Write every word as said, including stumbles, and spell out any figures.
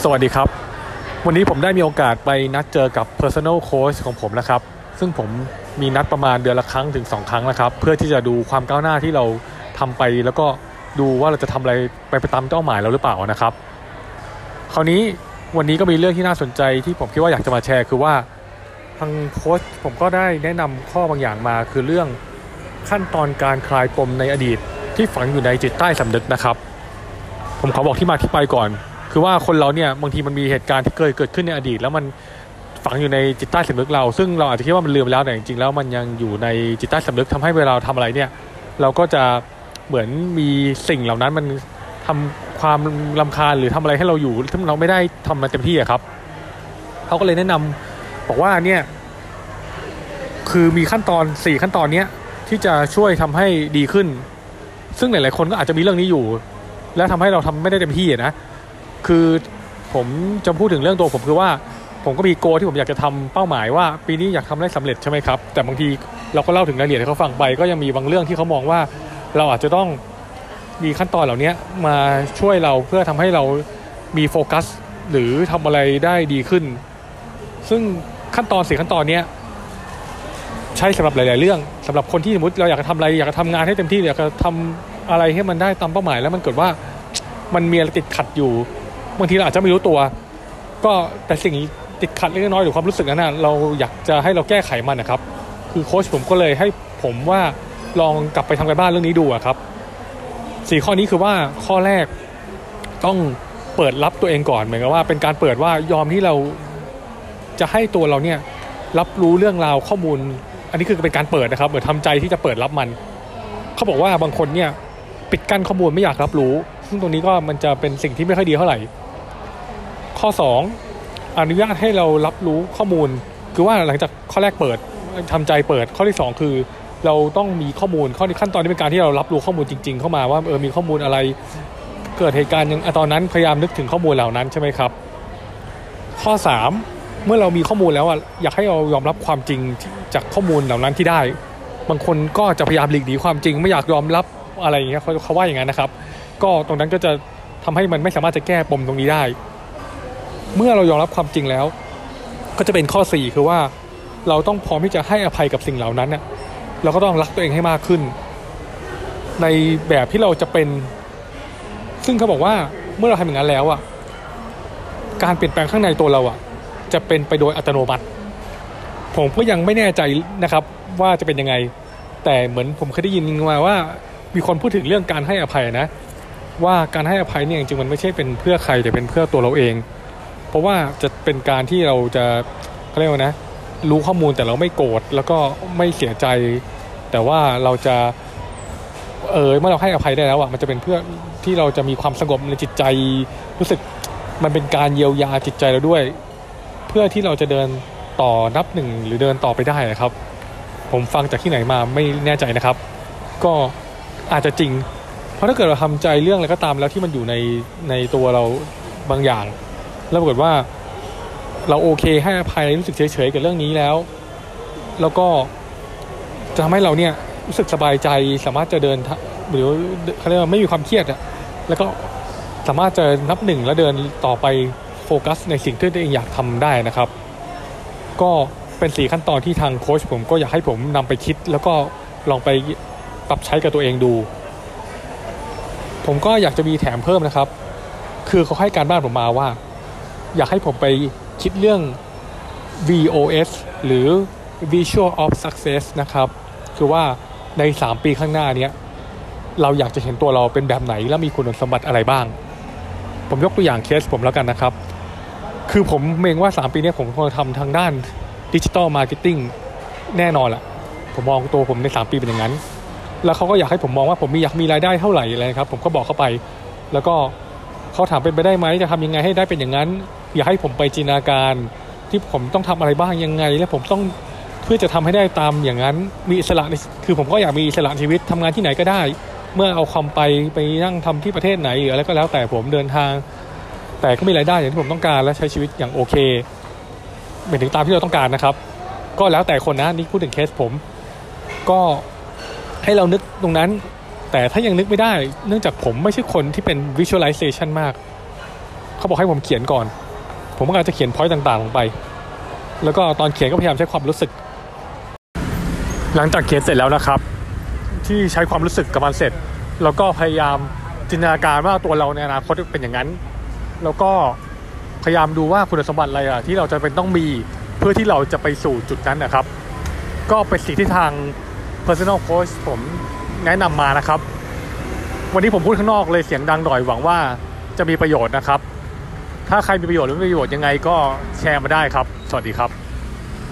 สวัสดีครับวันนี้ผมได้มีโอกาสไปนัดเจอกับ Personal Coach ของผมนะครับซึ่งผมมีนัดประมาณเดือนละครั้งถึงสองครั้งนะครับเพื่อที่จะดูความก้าวหน้าที่เราทำไปแล้วก็ดูว่าเราจะทำอะไรไปไปตามเป้าหมายเราหรือเปล่านะครับคราวนี้วันนี้ก็มีเรื่องที่น่าสนใจที่ผมคิดว่าอยากจะมาแชร์คือว่าทางโค้ชผมก็ได้แนะนำข้อบางอย่างมาคือเรื่องขั้นตอนการคลายปมในอดีตที่ฝังอยู่ในจิตใต้สำนึกนะครับผมขอบอกที่มาที่ไปก่อนคือว่าคนเราเนี่ยบางทีมันมีเหตุการณ์ที่เคยเกิดขึ้นในอดีตแล้วมันฝังอยู่ในจิตใต้สำนึกเราซึ่งเราอาจจะคิดว่ามันลืมแล้วแต่จริงๆแล้วมันยังอยู่ในจิตใต้สำนึกทำให้เวลาเราทำอะไรเนี่ยเราก็จะเหมือนมีสิ่งเหล่านั้นมันทำความรำคาญหรือทำอะไรให้เราอยู่ที่เราไม่ได้ทำมันเต็มที่อะครับเขาก็เลยแนะนำบอกว่าเนี่ยคือมีขั้นตอนสี่ขั้นตอนเนี้ยที่จะช่วยทำให้ดีขึ้นซึ่งหลายๆคนก็อาจจะมีเรื่องนี้อยู่และทำให้เราทำไม่ได้เต็มที่นะคือผมจะพูดถึงเรื่องตัวผมคือว่าผมก็มีโกที่ผมอยากจะทำเป้าหมายว่าปีนี้อยากทำได้สำเร็จใช่ไหมครับแต่บางทีเราก็เล่าถึงรายละเอียดให้เขาฟังไปก็ยังมีบางเรื่องที่เขามองว่าเราอาจจะต้องมีขั้นตอนเหล่านี้มาช่วยเราเพื่อทำให้เรามีโฟกัสหรือทำอะไรได้ดีขึ้นซึ่งขั้นตอนสี่ขั้นตอนนี้ใช้สำหรับหลายๆเรื่องสำหรับคนที่สมมติเราอยากจะทำอะไรอยากจะทำงานให้เต็มที่อยากจะทำอะไรให้มันได้ตามเป้าหมายแล้วมันเกิดว่ามันมีอะไรติดขัดอยู่บางทีเราอาจจะไม่รู้ตัวก็แต่สิ่งติดขัดเล็กน้อยหรือความรู้สึกนั้นนะเราอยากจะให้เราแก้ไขมันนะครับคือโค้ชผมก็เลยให้ผมว่าลองกลับไปทำการบ้านเรื่องนี้ดูครับสี่ข้อนี้คือว่าข้อแรกต้องเปิดรับตัวเองก่อนเหมือนกับว่าเป็นการเปิดว่ายอมที่เราจะให้ตัวเราเนี่ยรับรู้เรื่องราวข้อมูลอันนี้คือเป็นการเปิดนะครับเหมือนทำใจที่จะเปิดรับมันเขาบอกว่าบางคนเนี่ยปิดกั้นข้อมูลไม่อยากรับรู้ซึ่งตรงนี้ก็มันจะเป็นสิ่งที่ไม่ค่อยดีเท่าไหร่ข้อสองอนุญาตให้เรารับรู้ข้อมูลคือว่าหลังจากข้อแรกเปิดทำใจเปิดข้อที่สองคือเราต้องมีข้อมูลข้อขั้นตอนนี้เป็นการที่เรารับรู้ข้อมูลจริงๆเข้ามาว่าเออมีข้อมูลอะไรเกิดเหตุการณ์ยังตอนนั้นพยายามนึกถึงข้อมูลเหล่านั้นใช่ไหมครับข้อสามเมื่อเรามีข้อมูลแล้วอ่ะอยากให้เรายอมรับความจริงจากข้อมูลเหล่านั้นที่ได้บางคนก็จะพยายามหลีกหนีความจริงไม่อยากยอมรับอะไรอย่างเงี้ยเขาเขาว่าอย่างนั้นนะครับก็ตรงนั้นก็จะทำให้มันไม่สามารถจะแก้ปมตรงนี้ได้เมื่อเรายอมรับความจริงแล้วก็จะเป็นข้อสี่คือว่าเราต้องพร้อมที่จะให้อภัยกับสิ่งเหล่านั้นเนี่ยเราก็ต้องรักตัวเองให้มากขึ้นในแบบที่เราจะเป็นซึ่งเขาบอกว่าเมื่อเราทำอย่างนั้นแล้วอ่ะการเปลี่ยนแปลงข้างในตัวเราอ่ะจะเป็นไปโดยอัตโนมัติผมก็ยังไม่แน่ใจนะครับว่าจะเป็นยังไงแต่เหมือนผมเคยได้ยินมาว่ามีคนพูดถึงเรื่องการให้อภัยนะว่าการให้อภัยเนี่ยจริงๆมันไม่ใช่เป็นเพื่อใครแต่เป็นเพื่อตัวเราเองเพราะว่าจะเป็นการที่เราจะเขาเรียกว่านะรู้ข้อมูลแต่เราไม่โกรธแล้วก็ไม่เสียใจแต่ว่าเราจะเออเมื่อเราให้อภัยได้แล้วอ่ะมันจะเป็นเพื่อที่เราจะมีความสงบในจิตใจรู้สึกมันเป็นการเยียวยาจิตใจเราด้วยเพื่อที่เราจะเดินต่อนับหนึ่งหรือเดินต่อไปได้ครับผมฟังจากที่ไหนมาไม่แน่ใจนะครับก็อาจจะจริงเพราะถ้าเกิดเราทำใจเรื่องอะไรก็ตามแล้วที่มันอยู่ในในตัวเราบางอย่างแล้วปรากฏว่าเราโอเคให้อภัยรู้สึกเฉยๆกับเรื่องนี้แล้วแล้วก็จะทำให้เราเนี่ยรู้สึกสบายใจสามารถจะเดินหรือเขาเรียกว่าไม่มีความเครียดอะแล้วก็สามารถจะนับหนึ่งแล้วเดินต่อไปโฟกัสในสิ่งที่ตัวเองอยากทำได้นะครับก็เป็นสี่ขั้นตอนที่ทางโค้ชผมก็อยากให้ผมนำไปคิดแล้วก็ลองไปปรับใช้กับตัวเองดูผมก็อยากจะมีแถมเพิ่มนะครับคือเขาให้การบ้านผมมาว่าอยากให้ผมไปคิดเรื่อง วี โอ เอส หรือ Visual of Success นะครับคือว่าในสามปีข้างหน้านี้เราอยากจะเห็นตัวเราเป็นแบบไหนและมีคุณสมบัติอะไรบ้างผมยกตัวอย่างเคสผมแล้วกันนะครับคือผมเองว่าสามปีนี้ผมคงทำทางด้าน Digital Marketing แน่นอนแหละผมมองตัวผมในสามปีเป็นอย่างนั้นแล้วเขาก็อยากให้ผมมองว่าผมมีอยากมีรายได้เท่าไหร่อะไรครับผมก็บอกเข้าไปแล้วก็เขาถามเป็นไปได้ไหมจะทำยังไงให้ได้เป็นอย่างนั้นอยากให้ผมไปจินตนาการที่ผมต้องทำอะไรบ้างยังไงและผมต้องเพื่อจะทำให้ได้ตามอย่างนั้นมีอิสระคือผมก็อยากมีอิสระชีวิตทำงานที่ไหนก็ได้เมื่อเอาความไปไปนั่งทำที่ประเทศไหนหรืออะไรก็แล้วแต่ผมเดินทางแต่ก็มีรายได้อย่างที่ผมต้องการและใช้ชีวิตอย่างโอเคเป็นถึงตามที่เราต้องการนะครับก็แล้วแต่คนนะนี่พูดถึงเคสผมก็ให้เรานึกตรงนั้นแต่ถ้ายังนึกไม่ได้เนื่องจากผมไม่ใช่คนที่เป็น visualization มากเขาบอกให้ผมเขียนก่อนผมก็อาจจะเขียนพอยต์ต่างๆลงไปแล้วก็ตอนเขียนก็พยายามใช้ความรู้สึกหลังจากเขียนเสร็จแล้วนะครับที่ใช้ความรู้สึกกับมันเสร็จแล้วก็พยายามจินตนาการว่าตัวเราในอนาคตเป็นอย่างนั้นแล้วก็พยายามดูว่าคุณสมบัติอะไรอะที่เราจะเป็นต้องมีเพื่อที่เราจะไปสู่จุดนั้นนะครับก็เป็นสิ่งที่ทาง personal coach ผมแนะนำมานะครับวันนี้ผมพูดข้างนอกเลยเสียงดังหน่อยหวังว่าจะมีประโยชน์นะครับถ้าใครมีประโยชน์หรือไม่มีประโยชน์ยังไงก็แชร์มาได้ครับสวัสดีครับ